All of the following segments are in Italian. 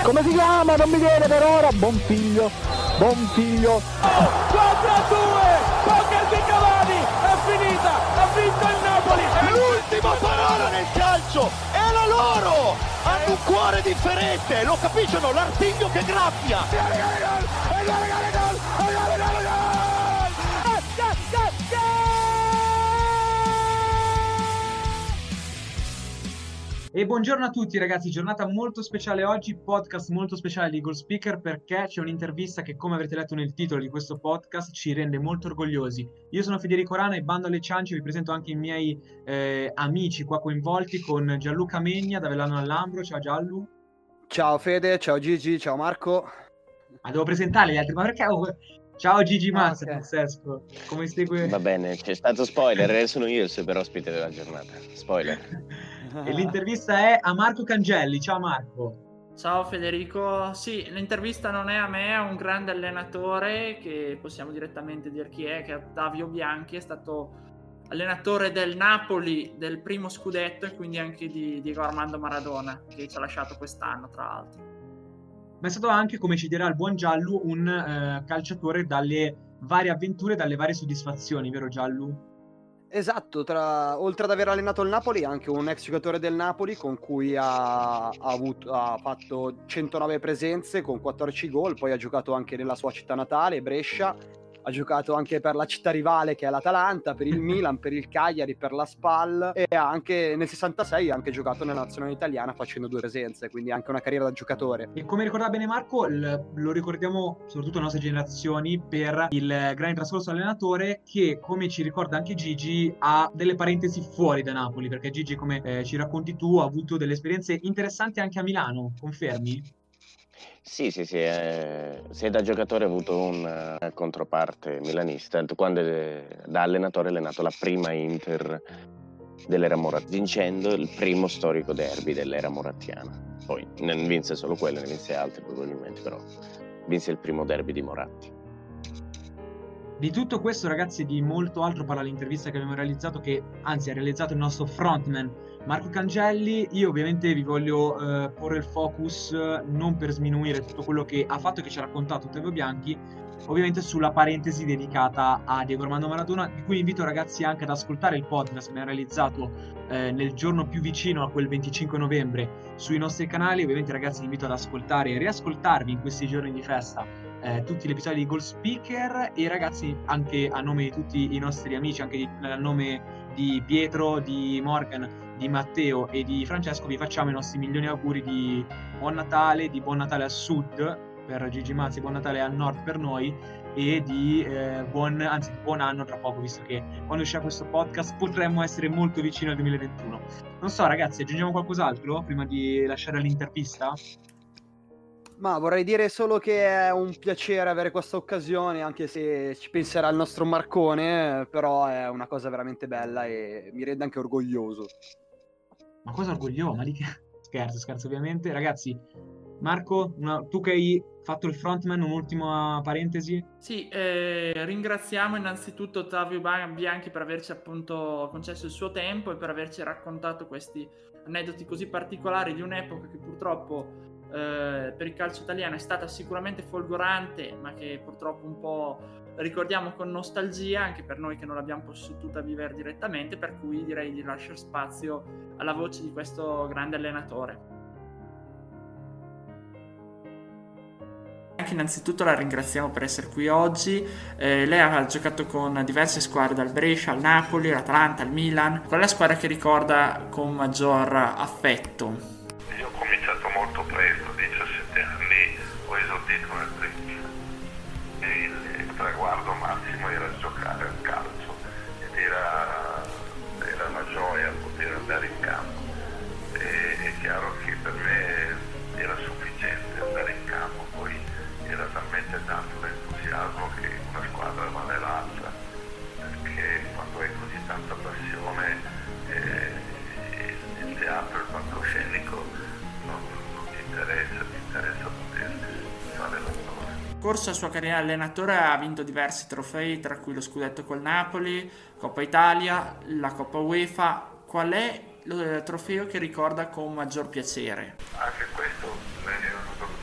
Come si chiama? Non mi viene per ora. Bonfiglio. 4-2. Poker di Cavani. È finita. Ha vinto il Napoli. L'ultima parola nel calcio è la loro. Hanno un cuore differente. Lo capiscono. L'artiglio che graffia. E buongiorno a tutti ragazzi, giornata molto speciale oggi, podcast molto speciale di Goal Speaker perché c'è un'intervista che, come avrete letto nel titolo di questo podcast, ci rende molto orgogliosi. Io sono Federico Rana e bando alle ciance, vi presento anche i miei amici qua coinvolti con Gianluca Megna da Avellano al Lambro. Ciao Giallu. Ciao Fede, ciao Gigi, ciao Marco. Ma devo presentare gli altri, ma perché... Ciao Gigi Mazza, okay. Pazzesco. Come segue? Va bene, c'è stato spoiler, sono io il super ospite della giornata. Spoiler. E l'intervista è a Marco Cangelli. Ciao Marco. Ciao Federico. Sì, l'intervista non è a me, è a un grande allenatore che possiamo direttamente dire chi è, che è Ottavio Bianchi, è stato allenatore del Napoli del primo scudetto e quindi anche di Diego Armando Maradona, che ci ha lasciato quest'anno tra l'altro. Ma è stato anche, come ci dirà il buon Giallu, un calciatore dalle varie avventure, dalle varie soddisfazioni, vero Giallu? Esatto, oltre ad aver allenato il Napoli, anche un ex giocatore del Napoli con cui ha fatto 109 presenze con 14 gol, poi ha giocato anche nella sua città natale, Brescia, ha giocato anche per la città rivale che è l'Atalanta, per il Milan, per il Cagliari, per la Spal, e anche nel 66 ha anche giocato nella nazionale italiana facendo 2 presenze, quindi anche una carriera da giocatore. E come ricordava bene Marco, lo ricordiamo soprattutto le nostre generazioni per il grande trascorso allenatore che, come ci ricorda anche Gigi, ha delle parentesi fuori da Napoli, perché Gigi, come ci racconti tu, ha avuto delle esperienze interessanti anche a Milano, confermi? Sì, se da giocatore ho avuto una controparte milanista, quando da allenatore ho allenato la prima Inter dell'era Moratti, vincendo il primo storico derby dell'era morattiana. Poi non vinse solo quello, ne vinse altri probabilmente, però vinse il primo derby di Moratti. Di tutto questo, ragazzi, e di molto altro parla l'intervista che abbiamo realizzato, che anzi ha realizzato il nostro frontman Marco Cangelli. Io ovviamente vi voglio porre il focus, non per sminuire tutto quello che ha fatto e che ci ha raccontato Ottavio Bianchi, ovviamente sulla parentesi dedicata a Diego Armando Maradona, di cui invito ragazzi anche ad ascoltare il podcast che abbiamo realizzato nel giorno più vicino a quel 25 novembre sui nostri canali. Ovviamente ragazzi vi invito ad ascoltare e riascoltarvi in questi giorni di festa tutti gli episodi di Goal Speaker, e ragazzi, anche a nome di tutti i nostri amici, anche a nome di Pietro, di Morgan, di Matteo e di Francesco, vi facciamo i nostri milioni auguri di buon Natale al sud per Gigi Mazzi, buon Natale al nord per noi, e di buon anno tra poco, visto che quando uscirà questo podcast potremmo essere molto vicini al 2021. Non so ragazzi, aggiungiamo qualcos'altro prima di lasciare l'intervista? Ma vorrei dire solo che è un piacere avere questa occasione, anche se ci penserà il nostro Marcone, però è una cosa veramente bella e mi rende anche orgoglioso. Ma cosa orgoglioso? Ma di che... Scherzo ovviamente. Ragazzi, Marco, tu che hai fatto il frontman, un'ultima parentesi? Sì, ringraziamo innanzitutto Ottavio Bianchi per averci appunto concesso il suo tempo e per averci raccontato questi aneddoti così particolari di un'epoca che purtroppo per il calcio italiano è stata sicuramente folgorante, ma che purtroppo un po' ricordiamo con nostalgia, anche per noi che non l'abbiamo potuta vivere direttamente, per cui direi di lasciare spazio alla voce di questo grande allenatore. Anche innanzitutto la ringraziamo per essere qui oggi. Lei ha giocato con diverse squadre, dal Brescia al Napoli, all'Atalanta, al Milan. Qual è la squadra che ricorda con maggior affetto? Io ho cominciato molto presto, 17 anni, ho esordito nel Brescia e il traguardo massimo era giocare al calcio ed era una gioia poter andare in campo. È chiaro che per me era sufficiente andare in campo, poi era talmente tanto l'entusiasmo che una squadra vale l'altra, perché quando hai così tanta passione il teatro, il palcoscenico non ti interessa poter fare l'attore. Nel corso della sua carriera da allenatore ha vinto diversi trofei, tra cui lo scudetto col Napoli, Coppa Italia, la Coppa UEFA. Qual è il trofeo che ricorda con maggior piacere? Anche questo è una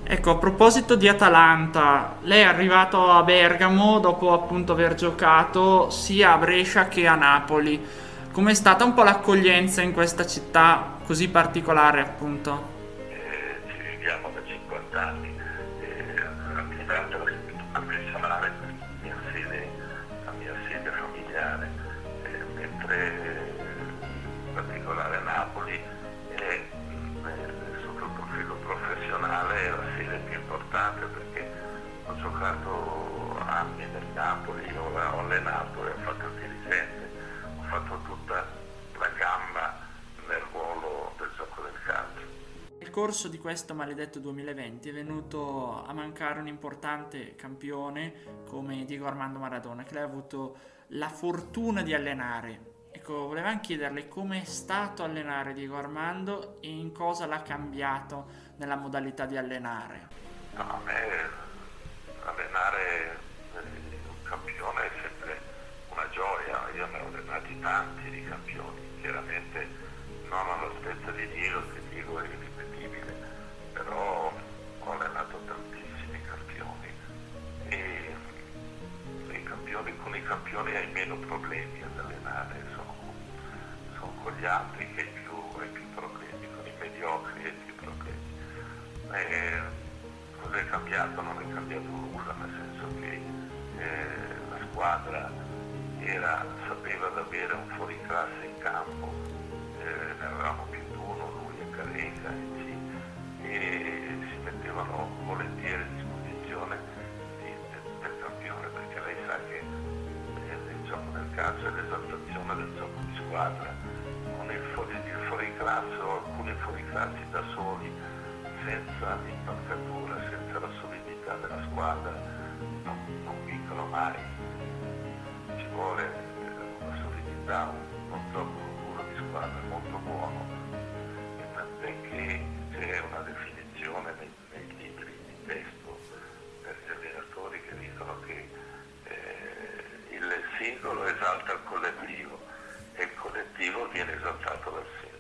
Ecco, a proposito di Atalanta, lei è arrivato a Bergamo dopo appunto aver giocato sia a Brescia che a Napoli. Com'è stata un po' l'accoglienza in questa città così particolare, appunto? Ci viviamo da 50 anni, Atalanta l'ho sentito professionale, la mia sede familiare, mentre in particolare a Napoli sotto il profilo professionale è la sede più importante, perché ho giocato anni nel Napoli, ho allenato e ho fatto il dirigente, ho fatto tutta la gamba nel ruolo del gioco del calcio. Nel corso di questo maledetto 2020 è venuto a mancare un importante campione come Diego Armando Maradona, che lei ha avuto la fortuna di allenare. Ecco, volevamo chiederle com'è stato allenare Diego Armando e in cosa l'ha cambiato nella modalità di allenare. No, a me allenare un campione è sempre una gioia. Io ne ho allenati tanti di campioni, chiaramente non all'altezza di Diego, che Diego è irripetibile, però ho allenato tantissimi campioni e con i campioni hai meno problemi ad allenare, sono con gli altri che hai più problemi, con i mediocri hai più problemi. Cos'è cambiato? Non è cambiato nulla, nel senso che la squadra sapeva di avere un fuoriclasse in campo, ne avevamo più di uno, lui e Careca e si mettevano volentieri a disposizione del campione, perché lei sa che il gioco del calcio è l'esaltazione del gioco di squadra, con il fuoriclasse o alcuni fuoriclassi da soli, senza impalcatura, senza la solidità della squadra, non vincono mai. Ci vuole una solidità, un gioco di squadra molto buono, e tant'è che c'è una definizione nei libri di testo per gli allenatori che dicono che il singolo esalta il collettivo e il collettivo viene esaltato dal singolo.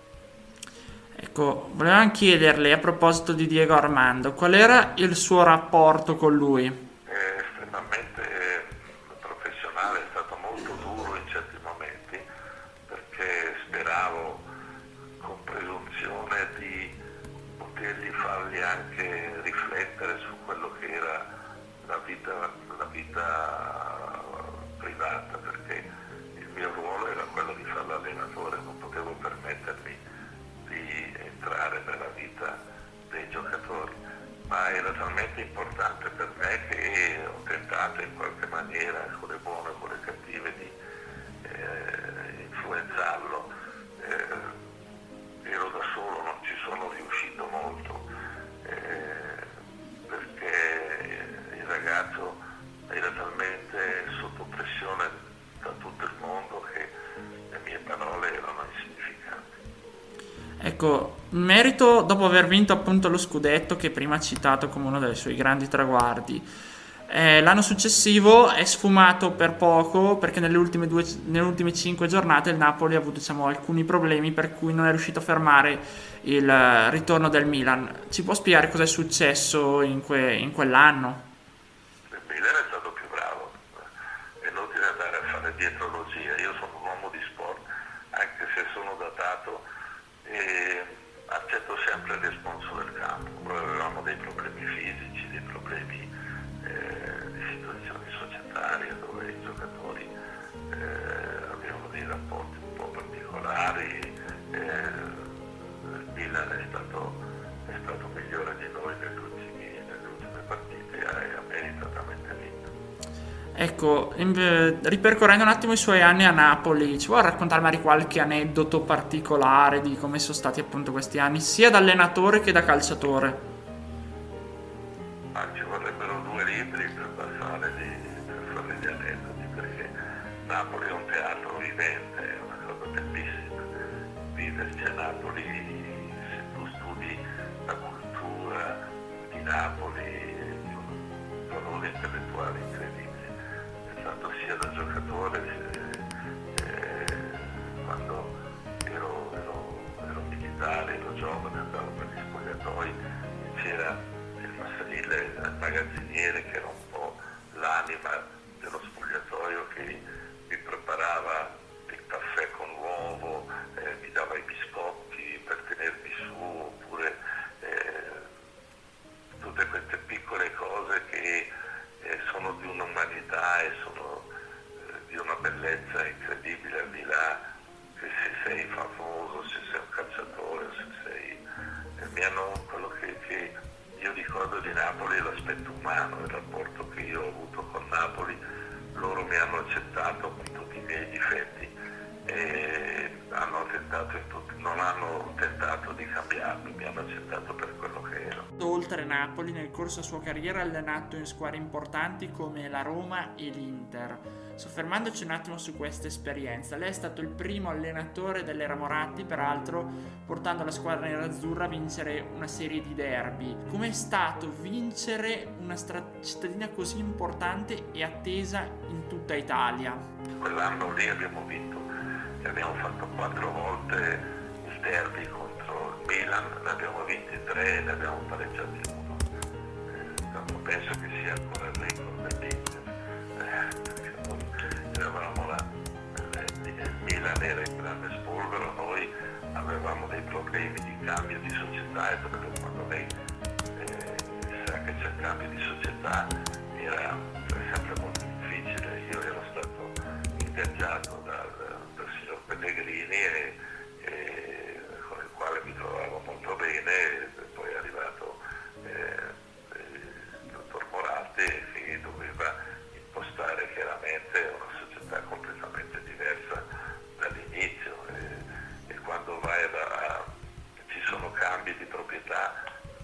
Ecco, volevamo chiederle a proposito di Diego Armando, qual era il suo rapporto con lui? Estremamente professionale, è stato molto duro in certi momenti, perché speravo con presunzione di potergli fargli anche riflettere su quello che era la vita privata, perché il mio ruolo era quello di fare l'allenatore, non potevo permettermi di entrare nella vita dei giocatori, ma era talmente importante per me che ho tentato in qualche maniera, con le buone e con le cattive, di influenzarlo. Ero da solo, non ci sono riuscito molto, perché il ragazzo era talmente sotto pressione da tutto il mondo che le mie parole erano insignificanti. Ecco, in merito, dopo aver vinto appunto lo scudetto che prima ha citato come uno dei suoi grandi traguardi, l'anno successivo è sfumato per poco, perché nelle ultime 5 giornate il Napoli ha avuto, diciamo, alcuni problemi per cui non è riuscito a fermare il ritorno del Milan. Ci può spiegare cosa è successo in quell'anno? Il Milan è stato più bravo, è inutile andare a fare dietrologia. Io sono un uomo di sport, anche se sono datato, e accetto sempre il responso del campo. Noi avevamo dei problemi fisici, dei problemi di situazioni societarie dove i giocatori avevano dei rapporti un po' particolari. Il Milan è stato migliore di noi nelle ultime partite e ha meritatamente vinto. Ecco, ripercorrendo un attimo i suoi anni a Napoli, ci vuoi raccontare magari qualche aneddoto particolare di come sono stati appunto questi anni, sia da allenatore che da calciatore? Ma ci vorrebbero 2 libri per fare gli aneddoti, perché Napoli è un teatro vivente, è una cosa bellissima. Viverci a Napoli, se tu studi la cultura di Napoli, di un valore intellettuale incredibile. È stato sia da giocatore, quando ero militare, ero giovane, andavo per gli spogliatoi, c'era il il magazziniere, che era un po' l'anima dello spogliatoio, che mi preparava il caffè con l'uovo, mi dava i biscotti per tenermi su, oppure tutte queste piccole cose che sono di un'umanità e sono di una bellezza incredibile, al di là che se sei famoso, se sei un calciatore, se sei... quello che io ricordo di Napoli è l'aspetto umano, il rapporto che io ho avuto con Napoli. Loro mi hanno accettato con tutti i miei difetti e non hanno tentato di cambiarmi, mi hanno accettato per quello che ero. Oltre Napoli, nel corso della sua carriera ha allenato in squadre importanti come la Roma e l'Inter. Soffermandoci un attimo su questa esperienza, lei è stato il primo allenatore dell'era Moratti, peraltro portando la squadra nerazzurra a vincere una serie di derby. Com'è stato vincere una cittadina così importante e attesa in tutta Italia? Quell'anno lì abbiamo vinto e abbiamo fatto 4 volte il derby contro il Milan, ne abbiamo vinti 3 e ne abbiamo pareggiati 1. Penso che sia ancora il record dell'Inter, perché noi eravamo là, il Milan era in grande spolvero, noi avevamo dei problemi di cambio di società, e perché quando lei sa che c'è cambio di società era sempre molto difficile. Io ero stato ingaggiato dal signor Pellegrini e con il quale mi trovavo molto bene, e poi è arrivato il dottor Moratti, che doveva impostare chiaramente una società completamente diversa dall'inizio, e quando ci sono cambi di proprietà,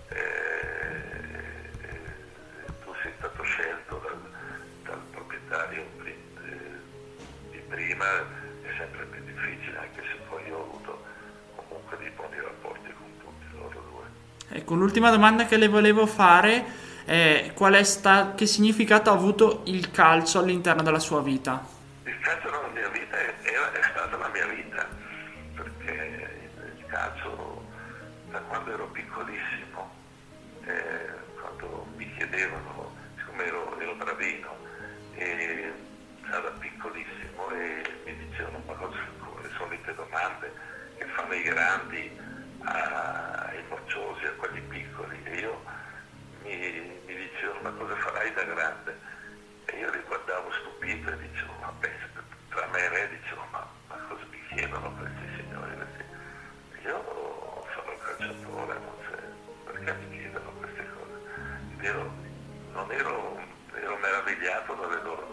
tu sei stato scelto dal proprietario di prima, è sempre più difficile, anche se poi io ho avuto comunque dei buoni rapporti con tutti loro due. Ecco, l'ultima domanda che le volevo fare è che significato ha avuto il calcio all'interno della sua vita? Il calcio nella mia vita è stata la mia vita, perché il calcio, da quando ero piccolissimo, quando mi chiedevano, siccome ero bravino, e da piccolissimo, e mi dicevano ma cosa, le solite domande che fanno i grandi ai mocciosi, a quelli piccoli, e io mi dicevano ma cosa farai da grande? E io li guardavo stupito e dicevo vabbè, tra me e me dicevo ma cosa mi chiedono questi signori? Perché io sono un calciatore, perché mi chiedono queste cose? Ero meravigliato dalle loro